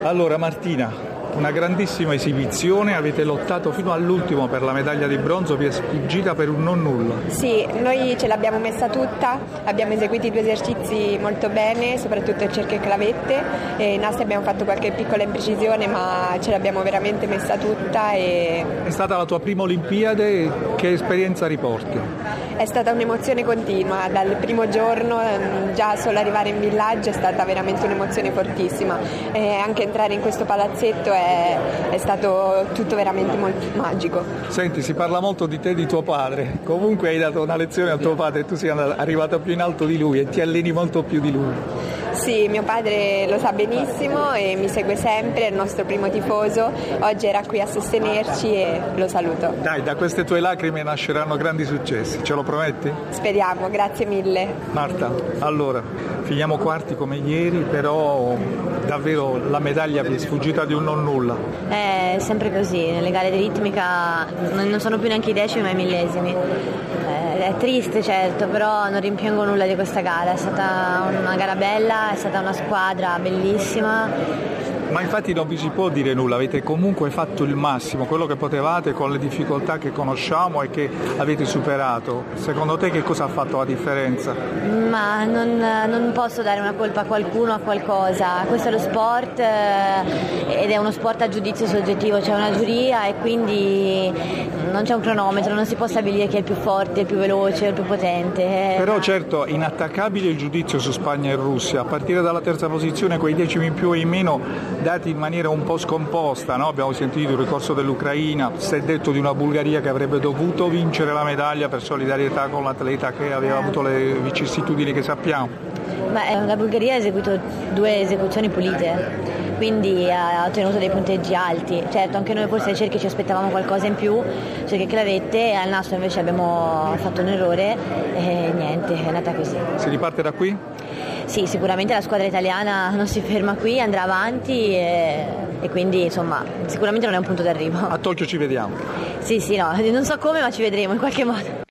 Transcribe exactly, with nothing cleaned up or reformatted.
Allora Martina, una grandissima esibizione, avete lottato fino all'ultimo per la medaglia di bronzo, vi è sfuggita per un non nulla. Sì, noi ce l'abbiamo messa tutta, abbiamo eseguito i due esercizi molto bene, soprattutto il cerchio e clavette, e in aste abbiamo fatto qualche piccola imprecisione, ma ce l'abbiamo veramente messa tutta. E... È stata la tua prima Olimpiade, che esperienza riporti? È stata un'emozione continua, dal primo giorno, già solo arrivare in villaggio è stata veramente un'emozione fortissima, e anche entrare in questo palazzetto è, è stato tutto veramente molto magico. Senti, si parla molto di te e di tuo padre, comunque hai dato una lezione a tuo padre, tu sei arrivata più in alto di lui e ti alleni molto più di lui. Sì, mio padre lo sa benissimo e mi segue sempre, è il nostro primo tifoso, oggi era qui a sostenerci e lo saluto. Dai, da queste tue lacrime nasceranno grandi successi, ce lo prometti? Speriamo, grazie mille. Marta, allora, finiamo quarti come ieri, però davvero la medaglia vi è sfuggita di un non nulla. È sempre così, nelle gare di ritmica non sono più neanche i decimi ma i millesimi. È triste certo, però non rimpiango nulla di questa gara, è stata una gara bella, è stata una squadra bellissima. Ma infatti non vi si può dire nulla, avete comunque fatto il massimo, quello che potevate con le difficoltà che conosciamo e che avete superato. Secondo te che cosa ha fatto la differenza? Ma non, non posso dare una colpa a qualcuno o a qualcosa, questo è lo sport eh, ed è uno sport a giudizio soggettivo, c'è una giuria e quindi non c'è un cronometro, non si può stabilire chi è il più forte, il più veloce, il più potente. Però certo, inattaccabile il giudizio su Spagna e Russia, a partire dalla terza posizione, quei decimi in più e in meno dati in maniera un po' scomposta, no? Abbiamo sentito il ricorso dell'Ucraina, si è detto di una Bulgaria che avrebbe dovuto vincere la medaglia per solidarietà con l'atleta che aveva avuto le vicissitudini che sappiamo. Ma la Bulgaria ha eseguito due esecuzioni pulite, quindi ha ottenuto dei punteggi alti. Certo, anche noi forse ai cerchi ci aspettavamo qualcosa in più, cerchi e clavette, al nastro invece abbiamo fatto un errore e niente, è andata così. Si riparte da qui? Sì, sicuramente la squadra italiana non si ferma qui, andrà avanti e, e quindi insomma sicuramente non è un punto d'arrivo. A Tokyo ci vediamo. Sì, sì, no, non so come ma ci vedremo in qualche modo.